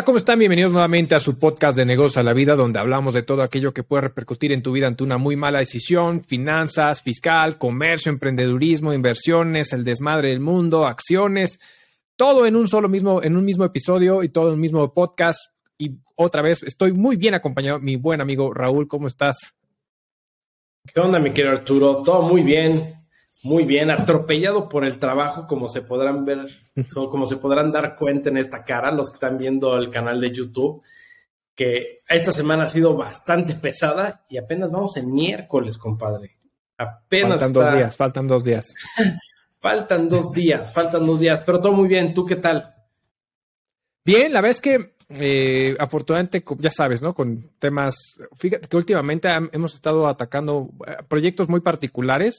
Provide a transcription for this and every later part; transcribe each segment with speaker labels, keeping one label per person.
Speaker 1: ¿cómo están? Bienvenidos nuevamente a su podcast de Negocios a la Vida, donde hablamos de todo aquello que puede repercutir en tu vida ante una muy mala decisión, finanzas, fiscal, comercio, emprendedurismo, inversiones, el desmadre del mundo, acciones, todo en un mismo episodio y todo en un mismo podcast. Y otra vez, estoy muy bien acompañado, mi buen amigo Raúl, ¿cómo estás?
Speaker 2: ¿Qué onda, mi querido Arturo? Todo muy bien, atropellado por el trabajo, como se podrán ver, como se podrán dar cuenta en esta cara, los que están viendo el canal de YouTube, que esta semana ha sido bastante pesada y apenas vamos en miércoles, compadre.
Speaker 1: Faltan 2 días.
Speaker 2: Faltan 2 días, pero todo muy bien. ¿Tú qué tal?
Speaker 1: Bien, la verdad es que afortunadamente, ya sabes, ¿no? Con temas, fíjate que últimamente hemos estado atacando proyectos muy particulares,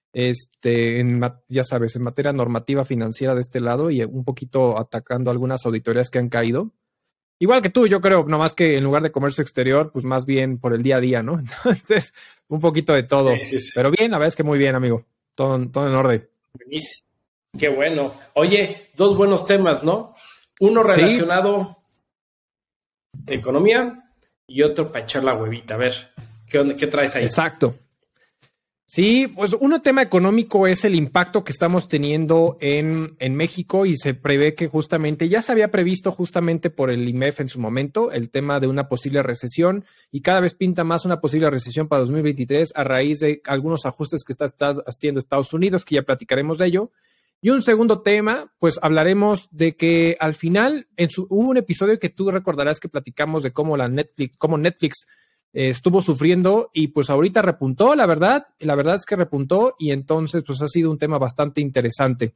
Speaker 1: ya sabes, en materia normativa financiera de este lado y un poquito atacando algunas auditorías que han caído. Igual que tú, yo creo, nomás que en lugar de comercio exterior, pues más bien por el día a día, ¿no? Entonces, un poquito de todo. Sí. Pero bien, la verdad es que muy bien, amigo. Todo en orden.
Speaker 2: Buenísimo. Qué bueno. Oye, 2 buenos temas, ¿no? Uno relacionado de economía y otro para echar la huevita. A ver, ¿qué traes ahí?
Speaker 1: Exacto. Sí, pues un tema económico es el impacto que estamos teniendo en México y se prevé que justamente, ya se había previsto justamente por el IMEF en su momento, el tema de una posible recesión y cada vez pinta más una posible recesión para 2023 a raíz de algunos ajustes que está haciendo Estados Unidos, que ya platicaremos de ello. Y un segundo tema, pues hablaremos de que al final hubo un episodio que tú recordarás que platicamos de cómo Netflix estuvo sufriendo y pues ahorita repuntó, la verdad es que repuntó y entonces pues ha sido un tema bastante interesante.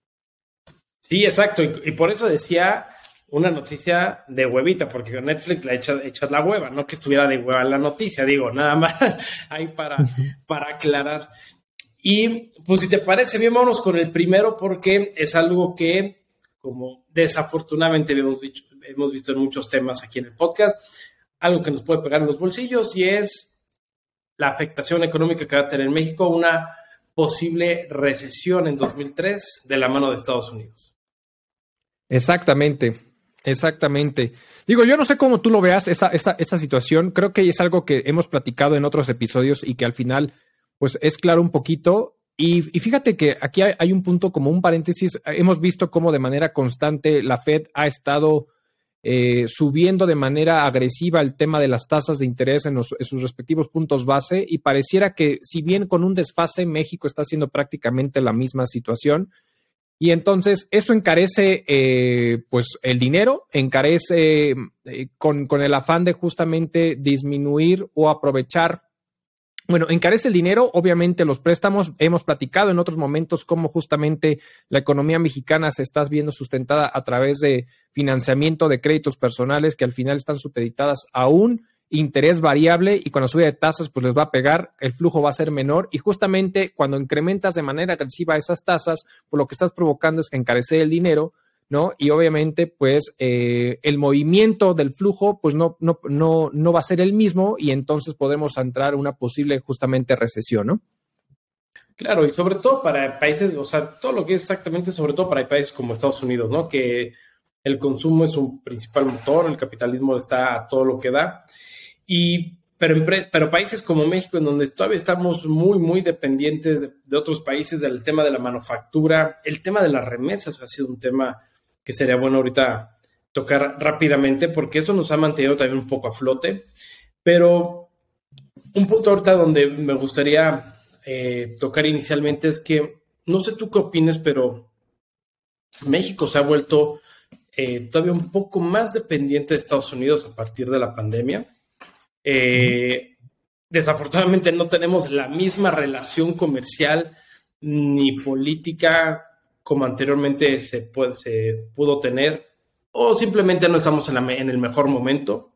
Speaker 2: Sí, exacto, y por eso decía una noticia de huevita, porque Netflix le echas la hueva, no que estuviera de hueva la noticia, digo, nada más ahí para aclarar. Y pues si te parece bien, vámonos con el primero porque es algo que, como desafortunadamente hemos visto en muchos temas aquí en el podcast, algo que nos puede pegar en los bolsillos y es la afectación económica que va a tener en México una posible recesión en 2003 de la mano de Estados Unidos.
Speaker 1: Exactamente. Digo, yo no sé cómo tú lo veas, esa situación. Creo que es algo que hemos platicado en otros episodios y que al final pues es claro un poquito. Y fíjate que aquí hay un punto como un paréntesis. Hemos visto cómo de manera constante la Fed ha estado subiendo de manera agresiva el tema de las tasas de interés en sus respectivos puntos base y pareciera que si bien con un desfase México está haciendo prácticamente la misma situación y entonces eso encarece pues el dinero, encarece con el afán de justamente disminuir o aprovechar. Bueno, encarece el dinero, obviamente los préstamos. Hemos platicado en otros momentos cómo justamente la economía mexicana se está viendo sustentada a través de financiamiento de créditos personales que al final están supeditadas a un interés variable y con la subida de tasas pues les va a pegar, el flujo va a ser menor y justamente cuando incrementas de manera agresiva esas tasas, pues lo que estás provocando es que encarece el dinero, ¿no? Y obviamente, pues, el movimiento del flujo, pues, no va a ser el mismo y entonces podemos entrar a una posible, justamente, recesión, ¿no?
Speaker 2: Claro, y sobre todo para países, o sea, todo lo que es exactamente, sobre todo para países como Estados Unidos, ¿no? Que el consumo es su principal motor, el capitalismo está a todo lo que da. Pero países como México, en donde todavía estamos muy, muy dependientes de otros países, del tema de la manufactura, el tema de las remesas ha sido un tema que sería bueno ahorita tocar rápidamente, porque eso nos ha mantenido también un poco a flote. Pero un punto ahorita donde me gustaría tocar inicialmente es que, no sé tú qué opines, pero México se ha vuelto todavía un poco más dependiente de Estados Unidos a partir de la pandemia. Desafortunadamente no tenemos la misma relación comercial ni política como anteriormente se pudo tener, o simplemente no estamos en el mejor momento.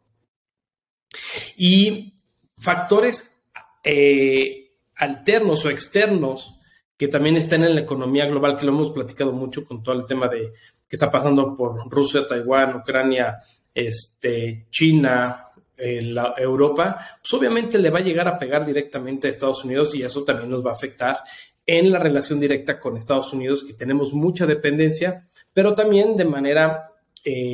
Speaker 2: Y factores alternos o externos que también están en la economía global, que lo hemos platicado mucho con todo el tema de que está pasando por Rusia, Taiwán, Ucrania, China, Europa, pues obviamente le va a llegar a pegar directamente a Estados Unidos y eso también nos va a afectar en la relación directa con Estados Unidos, que tenemos mucha dependencia, pero también de manera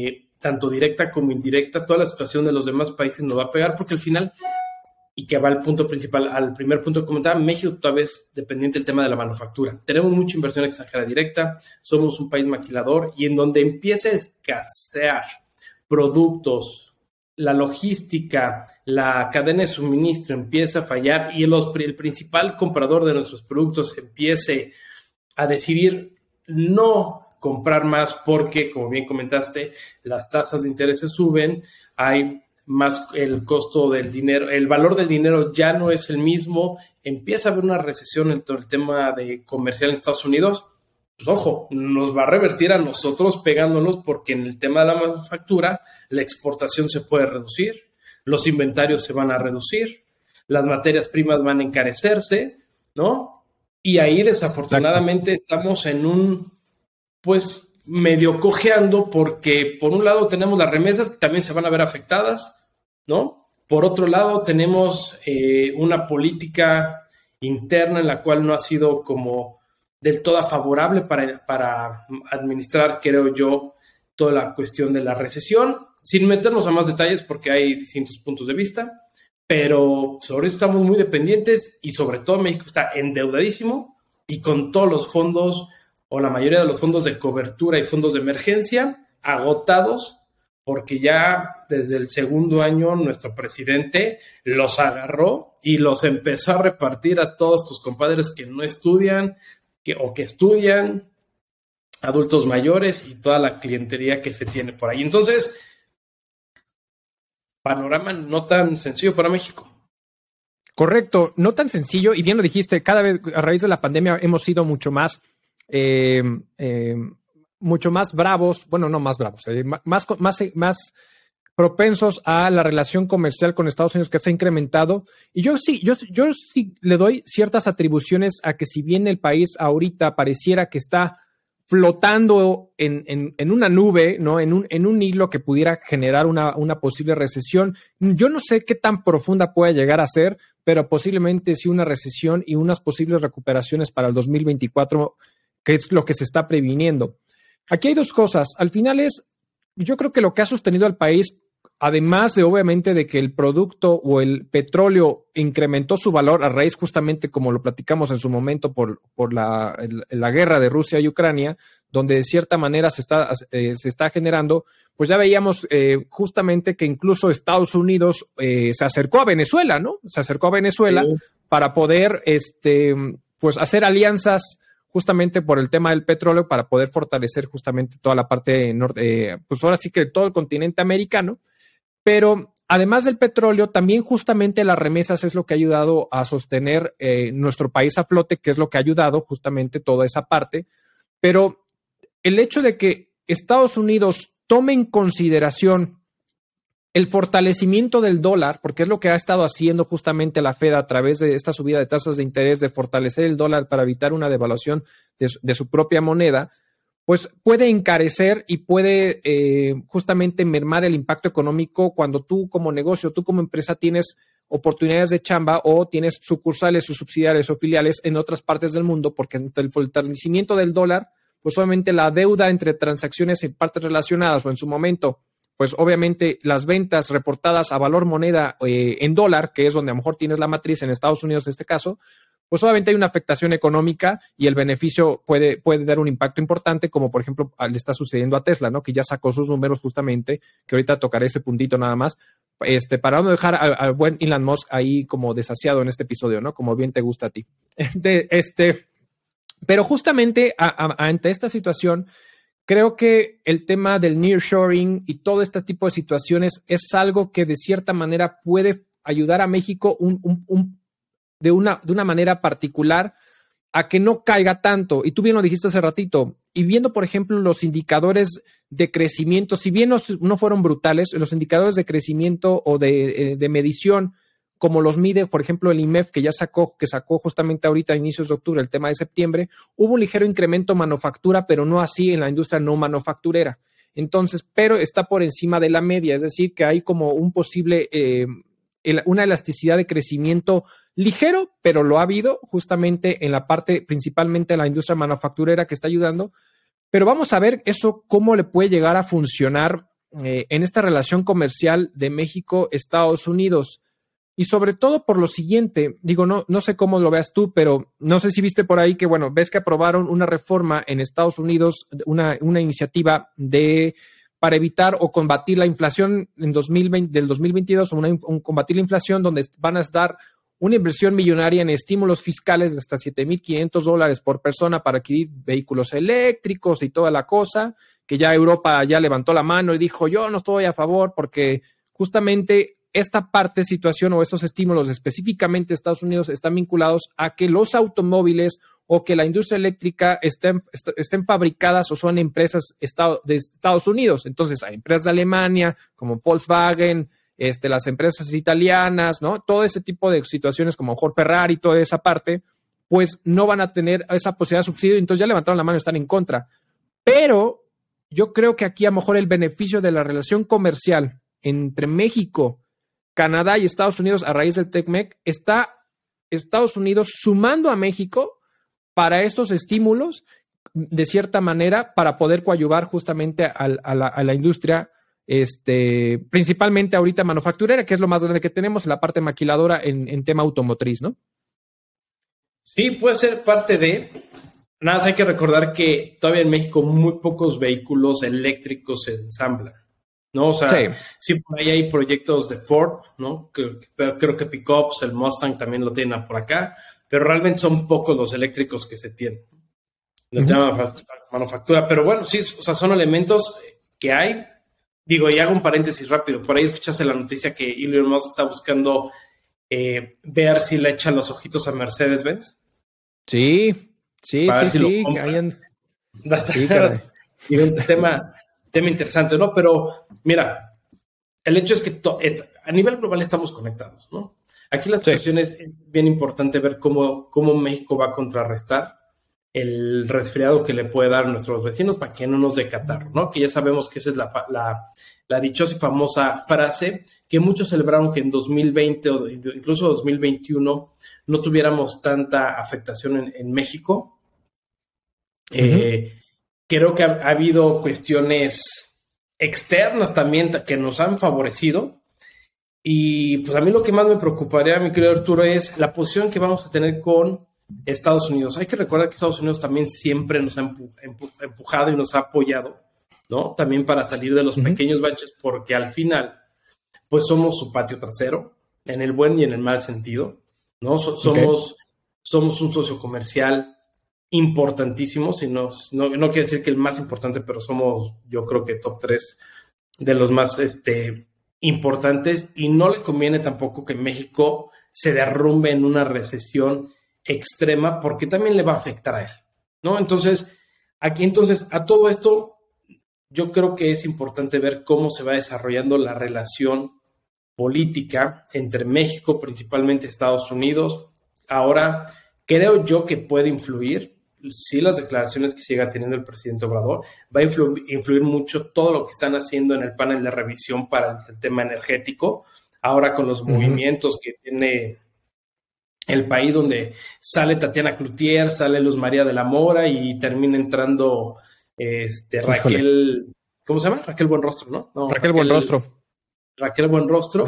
Speaker 2: tanto directa como indirecta, toda la situación de los demás países nos va a pegar, porque al final, y que va al punto principal, al primer punto que comentaba, México todavía es dependiente del tema de la manufactura. Tenemos mucha inversión extranjera directa, somos un país maquilador, y en donde empieza a escasear productos, la logística, la cadena de suministro empieza a fallar y el principal comprador de nuestros productos empiece a decidir no comprar más porque, como bien comentaste, las tasas de interés suben, hay más el costo del dinero, el valor del dinero ya no es el mismo, empieza a haber una recesión en todo el tema de comercial en Estados Unidos, pues ojo, nos va a revertir a nosotros pegándonos porque en el tema de la manufactura la exportación se puede reducir, los inventarios se van a reducir, las materias primas van a encarecerse, ¿no? Y ahí desafortunadamente estamos en un, pues, medio cojeando porque por un lado tenemos las remesas que también se van a ver afectadas, ¿no? Por otro lado tenemos una política interna en la cual no ha sido como del todo favorable para administrar, creo yo, toda la cuestión de la recesión, sin meternos a más detalles porque hay distintos puntos de vista, pero sobre eso estamos muy dependientes y sobre todo México está endeudadísimo y con todos los fondos o la mayoría de los fondos de cobertura y fondos de emergencia agotados porque ya desde el segundo año nuestro presidente los agarró y los empezó a repartir a todos tus compadres que no estudian o que estudian, adultos mayores y toda la clientería que se tiene por ahí. Entonces, panorama no tan sencillo para México.
Speaker 1: Correcto, no tan sencillo, y bien lo dijiste, cada vez a raíz de la pandemia hemos sido mucho más bravos, bueno, no más bravos, más propensos a la relación comercial con Estados Unidos que se ha incrementado. Y yo sí le doy ciertas atribuciones a que si bien el país ahorita pareciera que está flotando en una nube, ¿no? En un hilo que pudiera generar una posible recesión. Yo no sé qué tan profunda puede llegar a ser, pero posiblemente sí una recesión y unas posibles recuperaciones para el 2024, que es lo que se está previniendo. Aquí hay dos cosas. Al final yo creo que lo que ha sostenido al país, además de obviamente de que el producto o el petróleo incrementó su valor a raíz justamente como lo platicamos en su momento por la guerra de Rusia y Ucrania, donde de cierta manera se está generando, pues ya veíamos justamente que incluso Estados Unidos se acercó a Venezuela, ¿no? Se acercó a Venezuela para poder pues hacer alianzas justamente por el tema del petróleo para poder fortalecer justamente toda la parte norte, pues ahora sí que todo el continente americano. Pero además del petróleo, también justamente las remesas es lo que ha ayudado a sostener nuestro país a flote, que es lo que ha ayudado justamente toda esa parte. Pero el hecho de que Estados Unidos tome en consideración el fortalecimiento del dólar, porque es lo que ha estado haciendo justamente la Fed a través de esta subida de tasas de interés, de fortalecer el dólar para evitar una devaluación de su propia moneda, pues puede encarecer y puede justamente mermar el impacto económico cuando tú como negocio, tú como empresa tienes oportunidades de chamba o tienes sucursales o subsidiarias o filiales en otras partes del mundo, porque ante el fortalecimiento del dólar, pues obviamente la deuda entre transacciones en partes relacionadas o en su momento, pues obviamente las ventas reportadas a valor moneda en dólar, que es donde a lo mejor tienes la matriz en Estados Unidos en este caso, pues obviamente hay una afectación económica y el beneficio puede dar un impacto importante, como por ejemplo le está sucediendo a Tesla, ¿no? Que ya sacó sus números justamente, que ahorita tocaré ese puntito nada más, para no dejar al buen Elon Musk ahí como desasiado en este episodio, ¿no? Como bien te gusta a ti. Pero justamente ante esta situación, creo que el tema del nearshoring y todo este tipo de situaciones es algo que de cierta manera puede ayudar a México de una manera particular a que no caiga tanto. Y tú bien lo dijiste hace ratito. Y viendo, por ejemplo, los indicadores de crecimiento, si bien no fueron brutales, los indicadores de crecimiento o de medición, como los mide, por ejemplo, el IMEF, que sacó justamente ahorita a inicios de octubre, el tema de septiembre, hubo un ligero incremento en manufactura, pero no así en la industria no manufacturera. Entonces, pero está por encima de la media, es decir, que hay como un posible, una elasticidad de crecimiento ligero, pero lo ha habido justamente en la parte, principalmente de la industria manufacturera que está ayudando. Pero vamos a ver eso, cómo le puede llegar a funcionar en esta relación comercial de México-Estados Unidos. Y sobre todo por lo siguiente, digo, no sé cómo lo veas tú, pero no sé si viste por ahí que, bueno, ves que aprobaron una reforma en Estados Unidos, una iniciativa para evitar o combatir la inflación en 2020, del 2022, combatir la inflación, donde van a dar una inversión millonaria en estímulos fiscales de hasta $7,500 por persona para adquirir vehículos eléctricos y toda la cosa, que ya Europa ya levantó la mano y dijo, yo no estoy a favor porque justamente esta situación o estos estímulos específicamente de Estados Unidos están vinculados a que los automóviles o que la industria eléctrica estén fabricadas o son empresas de Estados Unidos. Entonces, hay empresas de Alemania como Volkswagen, las empresas italianas, ¿no? Todo ese tipo de situaciones como mejor Ferrari, toda esa parte, pues no van a tener esa posibilidad de subsidio. Entonces ya levantaron la mano y están en contra. Pero yo creo que aquí a lo mejor el beneficio de la relación comercial entre México, Canadá y Estados Unidos a raíz del TECMEC está Estados Unidos sumando a México para estos estímulos de cierta manera para poder coadyuvar justamente a la industria, principalmente ahorita manufacturera, que es lo más grande que tenemos, la parte maquiladora en tema automotriz, ¿no?
Speaker 2: Sí, puede ser parte de. Nada más hay que recordar que todavía en México muy pocos vehículos eléctricos se ensamblan, ¿no? O sea, sí por ahí hay proyectos de Ford, ¿no? Creo que pickups, el Mustang también lo tienen por acá, pero realmente son pocos los eléctricos que se tienen. El tema manufactura, pero bueno, sí, o sea, son elementos que hay. Digo, y hago un paréntesis rápido. Por ahí escuchaste la noticia que Elon Musk está buscando ver si le echan los ojitos a Mercedes-Benz.
Speaker 1: Sí.
Speaker 2: Sí. Y un tema interesante, ¿no? Pero mira, el hecho es que a nivel global estamos conectados, ¿no? Aquí la situación es bien importante ver cómo México va a contrarrestar el resfriado que le puede dar a nuestros vecinos para que no nos dé catarro, ¿no? Que ya sabemos que esa es la dichosa y famosa frase que muchos celebraron que en 2020 o incluso 2021 no tuviéramos tanta afectación en México. Creo que ha habido cuestiones externas también que nos han favorecido. Y pues a mí lo que más me preocuparía, mi querido Arturo, es la posición que vamos a tener con Estados Unidos. Hay que recordar que Estados Unidos también siempre nos ha empujado y nos ha apoyado, ¿no? También para salir de los pequeños baches, porque al final, pues somos su patio trasero, en el buen y en el mal sentido, ¿no? Somos un socio comercial importantísimo, no quiere decir que el más importante, pero somos, yo creo que top 3 de los más importantes, y no le conviene tampoco que México se derrumbe en una recesión extrema, porque también le va a afectar a él, ¿no? Entonces, a todo esto, yo creo que es importante ver cómo se va desarrollando la relación política entre México, principalmente Estados Unidos. Ahora, creo yo que puede influir, sí, las declaraciones que siga teniendo el presidente Obrador, va a influir mucho todo lo que están haciendo en el panel de revisión para el tema energético, ahora con los movimientos que tiene el país, donde sale Tatiana Cloutier, sale Luz María de la Mora y termina entrando Raquel, ¿cómo se llama? Raquel Buenrostro, ¿no?
Speaker 1: Raquel Buenrostro.
Speaker 2: Raquel Buenrostro.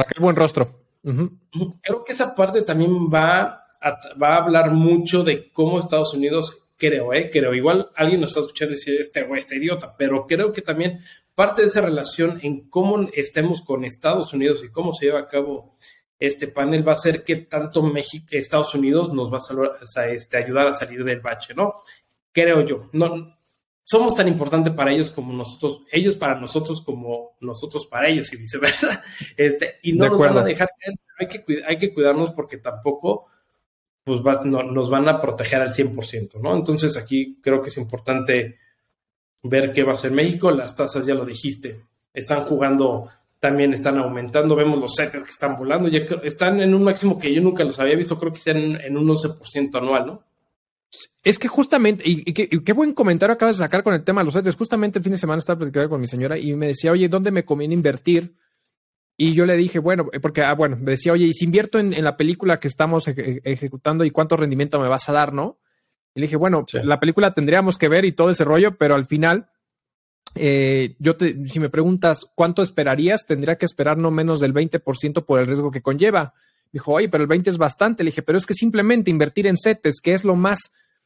Speaker 2: Creo que esa parte también va a hablar mucho de cómo Estados Unidos, creo, igual alguien nos está escuchando y dice, este idiota, pero creo que también parte de esa relación en cómo estemos con Estados Unidos y cómo se lleva a cabo este panel va a ser que tanto Estados Unidos nos va a ayudar a salir del bache, ¿no? Creo yo. No somos tan importantes para ellos como nosotros, ellos para nosotros como nosotros para ellos y viceversa. Y no nos van a dejar caer. Hay que cuidarnos porque tampoco pues nos van a proteger al 100%, ¿no? Entonces aquí creo que es importante ver qué va a hacer México. Las tasas, ya lo dijiste, están jugando, también están aumentando. Vemos los CETES que están volando, ya están en un máximo que yo nunca los había visto, creo que están en un 11% anual, ¿no?
Speaker 1: Es que justamente, y qué buen comentario acabas de sacar con el tema de los CETES. Justamente el fin de semana estaba platicando con mi señora y me decía, oye, ¿dónde me conviene invertir? Y yo le dije, bueno, porque, me decía, oye, ¿y si invierto en la película que estamos ejecutando y cuánto rendimiento me vas a dar, no? Y le dije, bueno, sí, la película tendríamos que ver y todo ese rollo, pero al final, Si me preguntas cuánto esperarías, tendría que esperar no menos del 20% por el riesgo que conlleva. Dijo, oye, pero el 20 es bastante. Le dije, pero es que simplemente invertir en CETES, que es lo más,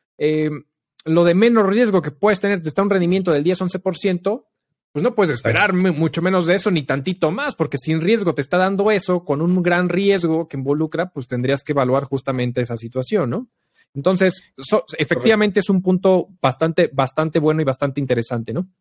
Speaker 1: lo de menos riesgo que puedes tener, te está un rendimiento del 10-11%, pues no puedes esperar mucho menos de eso ni tantito más, porque sin riesgo te está dando eso, con un gran riesgo que involucra, pues tendrías que evaluar justamente esa situación, ¿no? Entonces, efectivamente es un punto bastante bueno y bastante interesante, ¿no?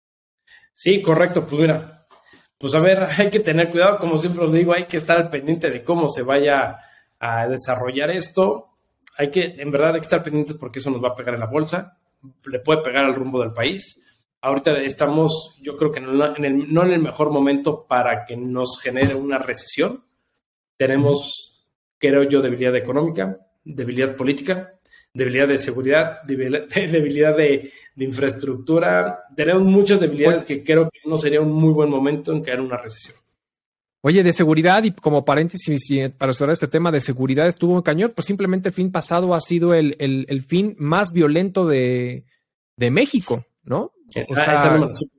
Speaker 2: Sí, correcto. Pues mira, pues a ver, hay que tener cuidado, como siempre lo digo, hay que estar al pendiente de cómo se vaya a desarrollar esto. En verdad, hay que estar pendientes porque eso nos va a pegar en la bolsa, le puede pegar al rumbo del país. Ahorita estamos, yo creo que no en el mejor momento para que nos genere una recesión. Tenemos, creo yo, debilidad económica, debilidad política, debilidad de seguridad, debilidad de infraestructura. Tenemos muchas debilidades que creo que no sería un muy buen momento en caer en una recesión.
Speaker 1: Oye, de seguridad, y como paréntesis, para cerrar este tema de seguridad estuvo en cañón, pues simplemente el fin pasado ha sido el fin más violento de México, ¿no? O sea,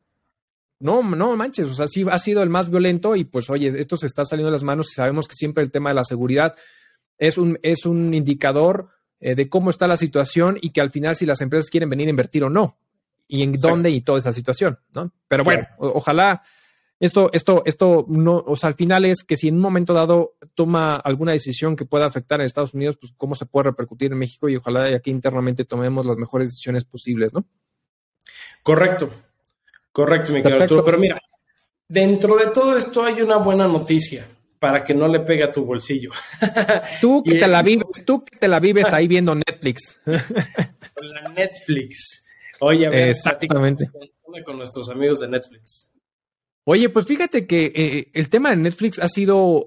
Speaker 1: no manches, o sea, sí ha sido el más violento y pues oye, esto se está saliendo de las manos y sabemos que siempre el tema de la seguridad es un indicador de cómo está la situación y que al final si las empresas quieren venir a invertir o no, y en dónde y toda esa situación, ¿no? Pero bueno, ojalá esto no, o sea, al final es que si en un momento dado toma alguna decisión que pueda afectar a Estados Unidos, pues cómo se puede repercutir en México y ojalá aquí internamente tomemos las mejores decisiones posibles, ¿no?
Speaker 2: Correcto, mi querido Arturo. Pero mira, dentro de todo esto hay una buena noticia para que no le pegue a tu bolsillo.
Speaker 1: Tú que te la vives ahí viendo Netflix.
Speaker 2: Con la Netflix. Oye, a ver,
Speaker 1: exactamente.
Speaker 2: Con nuestros amigos de Netflix.
Speaker 1: Oye, pues fíjate que el tema de Netflix ha sido,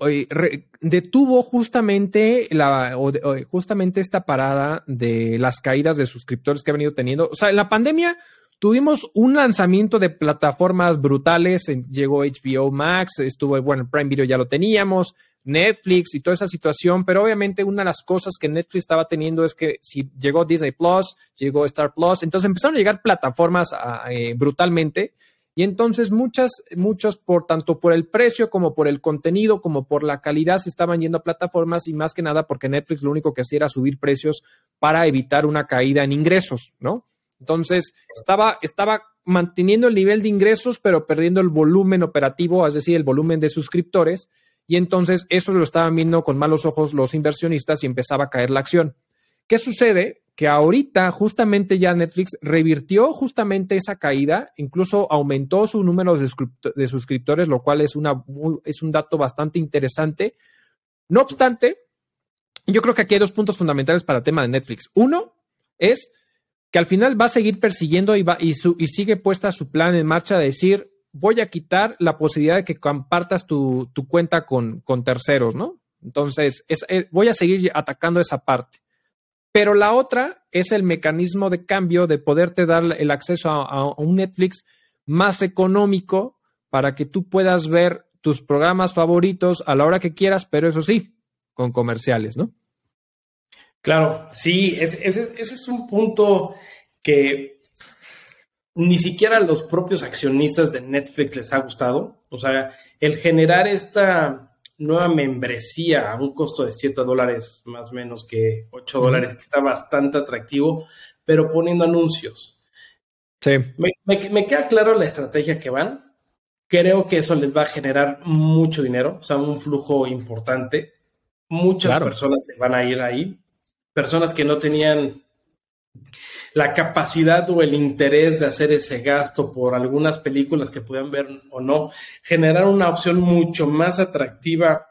Speaker 1: detuvo justamente justamente esta parada de las caídas de suscriptores que ha venido teniendo. O sea, en la pandemia tuvimos un lanzamiento de plataformas brutales. Llegó HBO Max, Prime Video ya lo teníamos, Netflix y toda esa situación. Pero obviamente una de las cosas que Netflix estaba teniendo es que si llegó Disney Plus, llegó Star Plus, entonces empezaron a llegar plataformas brutalmente. Y entonces muchos tanto por el precio como por el contenido, como por la calidad, se estaban yendo a plataformas y más que nada porque Netflix lo único que hacía era subir precios para evitar una caída en ingresos, ¿no? Entonces estaba manteniendo el nivel de ingresos, pero perdiendo el volumen operativo, es decir, el volumen de suscriptores. Y entonces eso lo estaban viendo con malos ojos los inversionistas y empezaba a caer la acción. ¿Qué sucede? Que ahorita justamente ya Netflix revirtió justamente esa caída, incluso aumentó su número de suscriptores, lo cual es un dato bastante interesante. No obstante, yo creo que aquí hay dos puntos fundamentales para el tema de Netflix. Uno es que al final va a seguir persiguiendo y sigue puesta su plan en marcha de decir, voy a quitar la posibilidad de que compartas tu cuenta con terceros, ¿no? Entonces, voy a seguir atacando esa parte. Pero la otra es el mecanismo de cambio de poderte dar el acceso a un Netflix más económico para que tú puedas ver tus programas favoritos a la hora que quieras, pero eso sí, con comerciales, ¿no?
Speaker 2: Claro, sí, ese es un punto que ni siquiera a los propios accionistas de Netflix les ha gustado. O sea, el generar esta nueva membresía a un costo de $7, más o menos que $8, que está bastante atractivo, pero poniendo anuncios.
Speaker 1: Sí.
Speaker 2: Me queda claro la estrategia que van. Creo que eso les va a generar mucho dinero, o sea, un flujo importante. Muchas personas se van a ir ahí. Personas que no tenían la capacidad o el interés de hacer ese gasto por algunas películas que puedan ver o no, generar una opción mucho más atractiva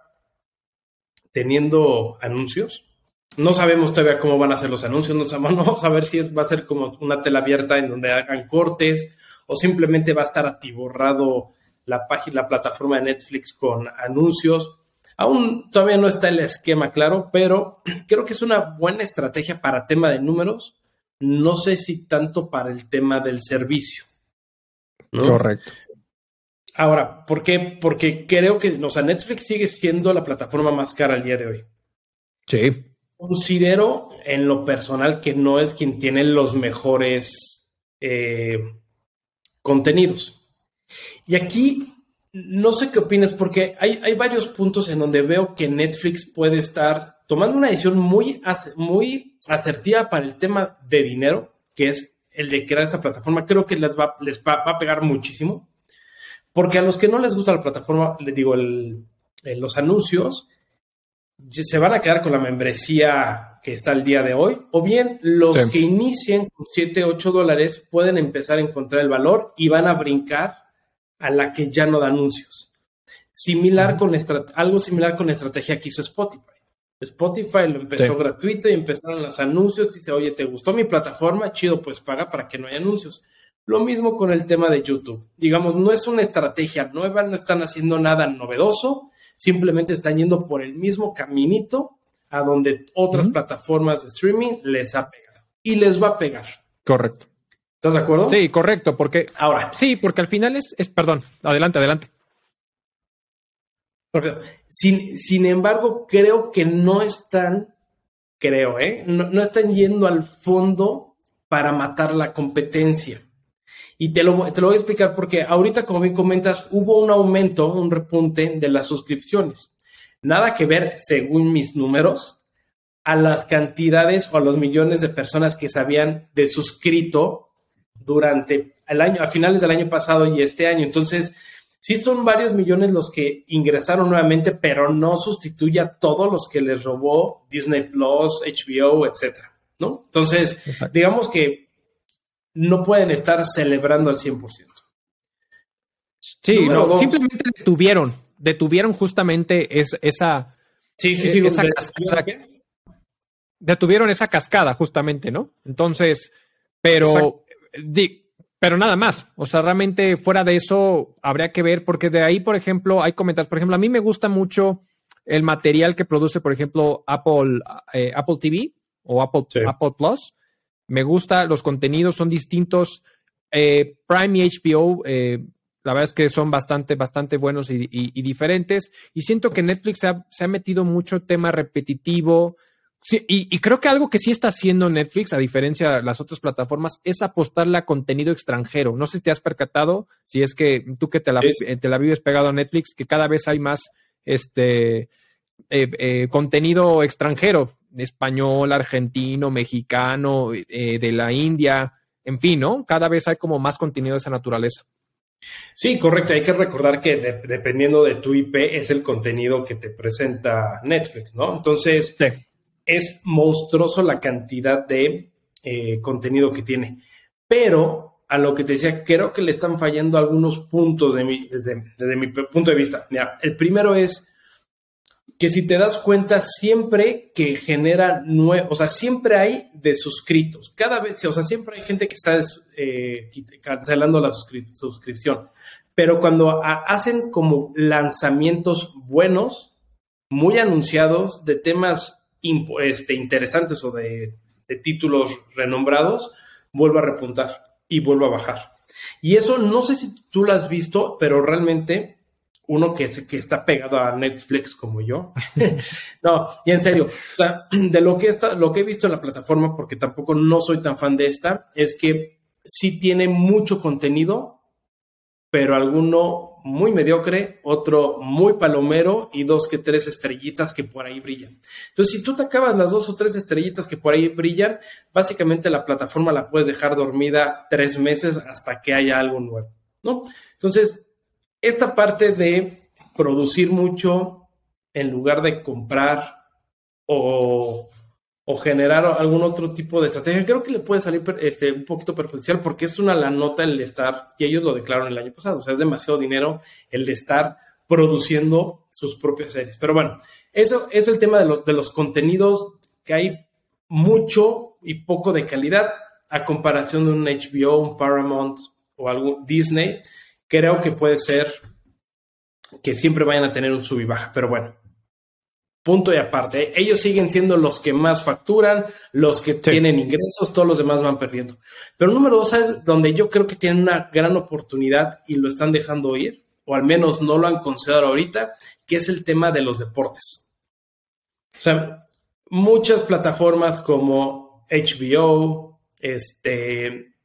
Speaker 2: teniendo anuncios. No sabemos todavía cómo van a ser los anuncios, no vamos a ver si va a ser como una tela abierta en donde hagan cortes o simplemente va a estar atiborrado la plataforma de Netflix con anuncios. Aún todavía no está el esquema claro, pero creo que es una buena estrategia para tema de números. No sé si tanto para el tema del servicio, ¿no?
Speaker 1: Correcto.
Speaker 2: Ahora, ¿por qué? Porque creo que, o sea, Netflix sigue siendo la plataforma más cara al día de hoy.
Speaker 1: Sí.
Speaker 2: Considero en lo personal que no es quien tiene los mejores contenidos. Y aquí no sé qué opinas, porque hay varios puntos en donde veo que Netflix puede estar tomando una decisión muy asertiva para el tema de dinero, que es el de crear esta plataforma. Creo que les va a pegar muchísimo, porque a los que no les gusta la plataforma, les digo, los anuncios, se van a quedar con la membresía que está el día de hoy, o bien los que inicien con $7-8 pueden empezar a encontrar el valor y van a brincar a la que ya no da anuncios. Algo similar con la estrategia que hizo Spotify. Spotify lo empezó gratuito y empezaron los anuncios. Dice, oye, ¿te gustó mi plataforma? Chido, pues paga para que no haya anuncios. Lo mismo con el tema de YouTube. Digamos, no es una estrategia nueva, no están haciendo nada novedoso, simplemente están yendo por el mismo caminito a donde otras plataformas de streaming les ha pegado. Y les va a pegar.
Speaker 1: Correcto.
Speaker 2: ¿Estás de acuerdo?
Speaker 1: Sí, correcto, porque
Speaker 2: ahora
Speaker 1: sí, porque al final es perdón, adelante.
Speaker 2: Sin embargo, creo que no están yendo al fondo para matar la competencia. Y te lo voy a explicar porque ahorita, como bien comentas, hubo un aumento, un repunte de las suscripciones. Nada que ver, según mis números, a las cantidades o a los millones de personas que se habían desuscrito durante el año, a finales del año pasado y este año. Entonces, sí son varios millones los que ingresaron nuevamente, pero no sustituye a todos los que les robó Disney Plus, HBO, etcétera, ¿no? Entonces, digamos que no pueden estar celebrando al 100%.
Speaker 1: Sí, simplemente detuvieron justamente esa cascada. Detuvieron esa cascada justamente, ¿no? Entonces, pero nada más. O sea, realmente fuera de eso habría que ver, porque de ahí, por ejemplo, hay comentarios. Por ejemplo, a mí me gusta mucho el material que produce, por ejemplo, Apple TV o Apple Plus. Me gusta, los contenidos son distintos. Prime y HBO, la verdad es que son bastante buenos y diferentes. Y siento que Netflix se ha metido mucho tema repetitivo. Sí, y creo que algo que sí está haciendo Netflix, a diferencia de las otras plataformas, es apostarle a contenido extranjero. No sé si te has percatado, si es que tú que te la vives pegado a Netflix, que cada vez hay más contenido extranjero, español, argentino, mexicano, de la India, en fin, ¿no? Cada vez hay como más contenido de esa naturaleza.
Speaker 2: Sí, correcto. Hay que recordar que dependiendo de tu IP es el contenido que te presenta Netflix, ¿no? Entonces, es monstruoso la cantidad de contenido que tiene. Pero, a lo que te decía, creo que le están fallando algunos puntos desde mi punto de vista. Mira, el primero es que si te das cuenta, siempre que genera siempre hay desuscritos. Cada vez, siempre hay gente que está cancelando la suscripción. Pero cuando hacen como lanzamientos buenos, muy anunciados, de temas interesantes o de títulos renombrados, vuelve a repuntar y vuelve a bajar. Y eso no sé si tú lo has visto, pero realmente uno que está pegado a Netflix como yo. No, y en serio, o sea, de lo que he visto en la plataforma, porque tampoco no soy tan fan de esta, es que sí tiene mucho contenido, pero alguno muy mediocre, otro muy palomero y 2 que 3 estrellitas que por ahí brillan. Entonces, si tú te acabas las 2 o 3 estrellitas que por ahí brillan, básicamente la plataforma la puedes dejar dormida 3 meses hasta que haya algo nuevo, ¿no? Entonces, esta parte de producir mucho en lugar de comprar o generar algún otro tipo de estrategia, creo que le puede salir un poquito perjudicial porque es una la nota el de estar, y ellos lo declararon el año pasado, o sea, es demasiado dinero el de estar produciendo sus propias series. Pero bueno, eso es el tema de los contenidos, que hay mucho y poco de calidad a comparación de un HBO, un Paramount o algún Disney. Creo que puede ser que siempre vayan a tener un sub y baja, pero bueno, punto y aparte. Ellos siguen siendo los que más facturan, los que tienen ingresos, todos los demás van perdiendo. Pero número 2, ¿sabes? Donde yo creo que tienen una gran oportunidad y lo están dejando ir, o al menos no lo han considerado ahorita, que es el tema de los deportes. O sea, muchas plataformas como HBO,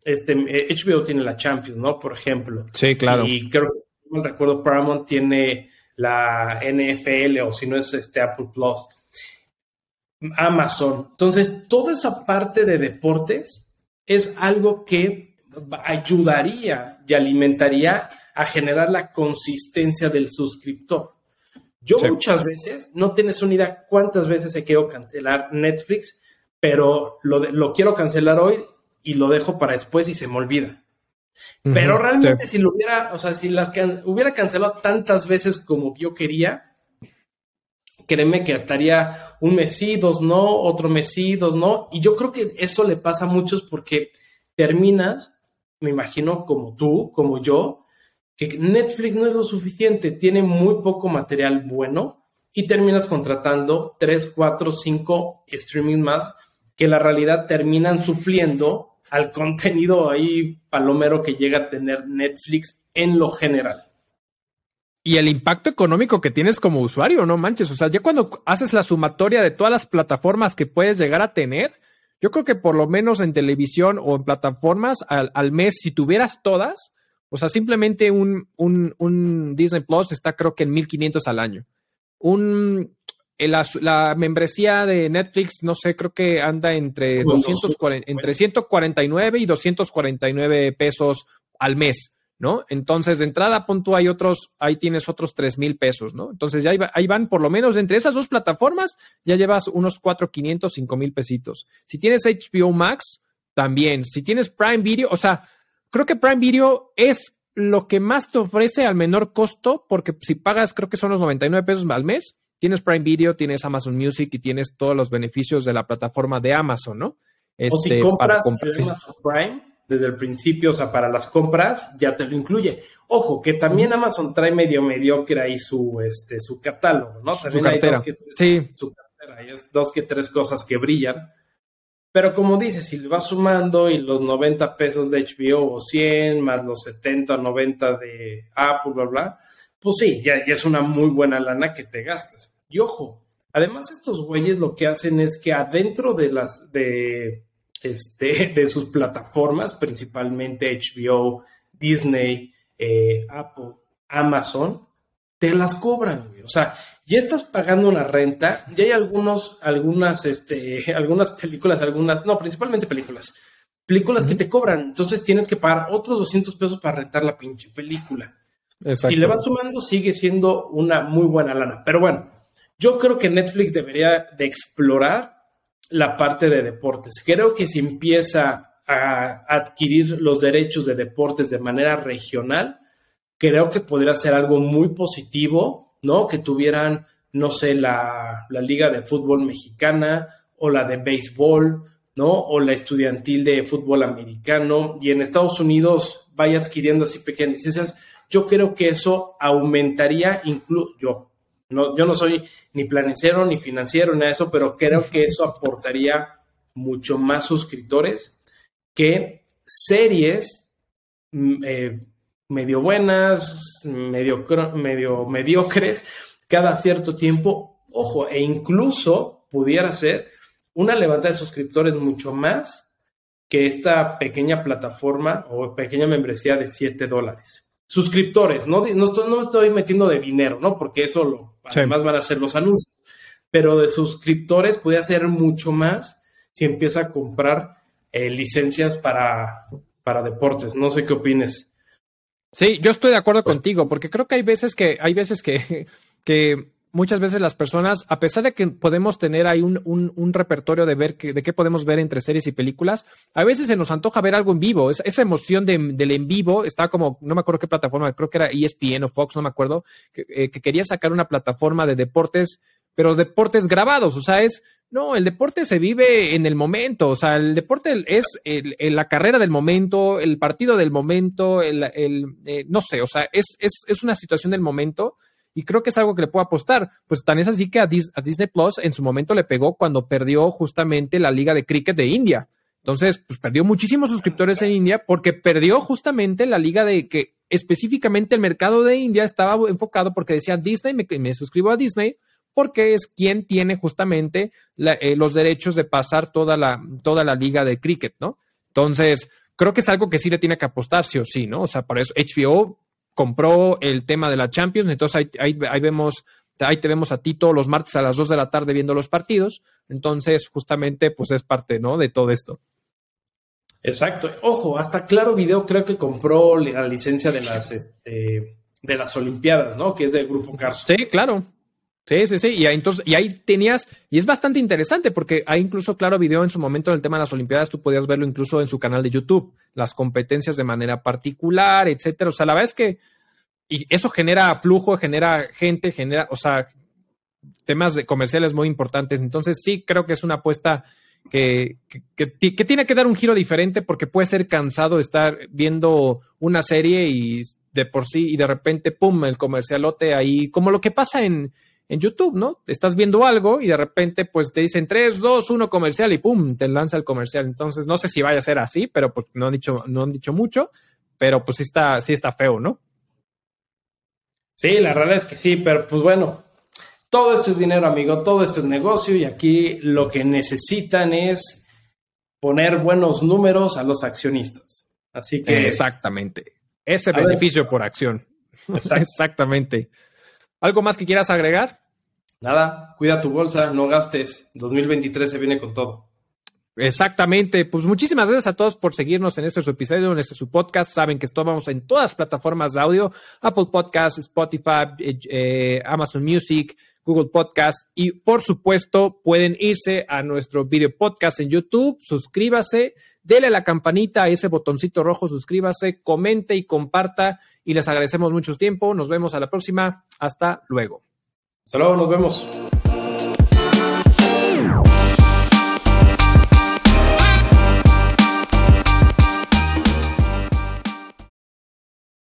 Speaker 2: HBO tiene la Champions, ¿no? Por ejemplo.
Speaker 1: Sí, claro.
Speaker 2: Y creo que, no recuerdo, Paramount tiene la NFL, o si no es Apple Plus, Amazon. Entonces, toda esa parte de deportes es algo que ayudaría y alimentaría a generar la consistencia del suscriptor. Yo muchas veces, no tienes una idea cuántas veces he querido cancelar Netflix, pero lo quiero cancelar hoy y lo dejo para después y se me olvida. Pero realmente si lo hubiera, o sea, si hubiera cancelado tantas veces como yo quería, créeme que estaría un mes sí, 2 no, otro mes sí, 2 no. Y yo creo que eso le pasa a muchos porque terminas, me imagino como tú, como yo, que Netflix no es lo suficiente, tiene muy poco material bueno y terminas contratando 3, 4, 5 streaming más que la realidad terminan supliendo al contenido ahí palomero que llega a tener Netflix en lo general.
Speaker 1: Y el impacto económico que tienes como usuario, no manches. O sea, ya cuando haces la sumatoria de todas las plataformas que puedes llegar a tener, yo creo que por lo menos en televisión o en plataformas al mes, si tuvieras todas, o sea, simplemente un Disney Plus está creo que en 1,500 al año. La membresía de Netflix, no sé, creo que anda entre 149 y 249 pesos al mes, ¿no? Entonces, de entrada, pon tú, ahí tienes otros 3,000 pesos, ¿no? Entonces, ahí van, por lo menos, entre esas dos plataformas, ya llevas unos 4,500, 5,000 pesitos. Si tienes HBO Max, también. Si tienes Prime Video, o sea, creo que Prime Video es lo que más te ofrece al menor costo, porque si pagas, creo que son los 99 pesos al mes, tienes Prime Video, tienes Amazon Music y tienes todos los beneficios de la plataforma de Amazon, ¿no?
Speaker 2: O si compras Amazon Prime desde el principio, o sea, para las compras ya te lo incluye. Ojo, que también Amazon trae medio mediocre ahí su catálogo, ¿no? También
Speaker 1: su cartera.
Speaker 2: Su cartera, hay 2 que 3 cosas que brillan. Pero como dices, si le vas sumando y los 90 pesos de HBO o 100 más los 70 o 90 de Apple, bla, bla, pues sí, ya es una muy buena lana que te gastas. Y ojo, además estos güeyes lo que hacen es que adentro de sus plataformas, principalmente HBO, Disney, Apple, Amazon, te las cobran, güey. O sea, ya estás pagando una renta, ya hay algunas películas, principalmente películas que te cobran. Entonces tienes que pagar otros 200 pesos para rentar la pinche película. Exacto. Si le vas sumando, sigue siendo una muy buena lana. Pero bueno, yo creo que Netflix debería de explorar la parte de deportes. Creo que si empieza a adquirir los derechos de deportes de manera regional, creo que podría ser algo muy positivo, ¿no? Que tuvieran, no sé, la Liga de Fútbol Mexicana o la de béisbol, ¿no? O la estudiantil de fútbol americano, y en Estados Unidos vaya adquiriendo así pequeñas licencias. Yo creo que eso aumentaría, yo no soy ni planecero ni financiero, nada de eso, pero creo que eso aportaría mucho más suscriptores que series medio buenas, medio mediocres cada cierto tiempo. Ojo, e incluso pudiera ser una levantada de suscriptores mucho más que esta pequeña plataforma o pequeña membresía de $7. Suscriptores, no estoy metiendo de dinero, ¿no? Porque eso además van a ser los anuncios, pero de suscriptores puede ser mucho más si empieza a comprar licencias para deportes. No sé qué opines.
Speaker 1: Sí, yo estoy de acuerdo contigo, porque creo que hay veces que muchas veces las personas, a pesar de que podemos tener ahí un repertorio de qué podemos ver entre series y películas, a veces se nos antoja ver algo en vivo. Esa emoción del en vivo está como, no me acuerdo qué plataforma, creo que era ESPN o Fox, no me acuerdo, que quería sacar una plataforma de deportes, pero deportes grabados. O sea, el deporte se vive en el momento. O sea, el deporte es la carrera del momento, el partido del momento, no sé, o sea, es una situación del momento. Y creo que es algo que le puedo apostar. Pues tan es así que a Disney Plus en su momento le pegó cuando perdió justamente la Liga de Cricket de India. Entonces, pues perdió muchísimos suscriptores en India porque perdió justamente la liga de que específicamente el mercado de India estaba enfocado porque decía Disney, me suscribo a Disney porque es quien tiene justamente los derechos de pasar toda la liga de cricket, ¿no? Entonces, creo que es algo que sí le tiene que apostar, sí o sí, ¿no? O sea, por eso HBO compró el tema de la Champions, entonces ahí te vemos a ti todos los martes a las 2 de la tarde viendo los partidos. Entonces, justamente, pues es parte, ¿no? De todo esto.
Speaker 2: Exacto. Ojo, hasta Claro Video creo que compró la licencia de las Olimpiadas, ¿no? Que es del Grupo Carso.
Speaker 1: Sí, claro. Sí. Y ahí tenías, y es bastante interesante porque hay incluso Claro Video en su momento en el tema de las Olimpiadas, tú podías verlo incluso en su canal de YouTube, las competencias de manera particular, etcétera. O sea, la verdad es que y eso genera flujo, genera gente, o sea, temas de comerciales muy importantes. Entonces sí creo que es una apuesta que tiene que dar un giro diferente porque puede ser cansado estar viendo una serie y de por sí y de repente, pum, el comercialote ahí, como lo que pasa en YouTube, ¿no? Estás viendo algo y de repente pues te dicen 3, 2, 1 comercial y pum, te lanza el comercial. Entonces no sé si vaya a ser así, pero pues no han dicho mucho, pero pues sí está feo, ¿no?
Speaker 2: Sí, la realidad es que sí, pero pues bueno, todo esto es dinero, amigo, todo esto es negocio y aquí lo que necesitan es poner buenos números a los accionistas. Así que...
Speaker 1: Exactamente. Ese beneficio por acción. Exactamente. ¿Algo más que quieras agregar?
Speaker 2: Nada, cuida tu bolsa, no gastes. 2023 se viene con todo.
Speaker 1: Exactamente. Pues muchísimas gracias a todos por seguirnos en este su episodio, en este su podcast. Saben que estamos en todas las plataformas de audio, Apple Podcasts, Spotify, Amazon Music, Google Podcasts y por supuesto pueden irse a nuestro video podcast en YouTube, suscríbase, dele a la campanita, a ese botoncito rojo, suscríbase, comente y comparta y les agradecemos mucho tiempo. Nos vemos a la próxima. Hasta luego.
Speaker 2: Hasta luego, nos vemos.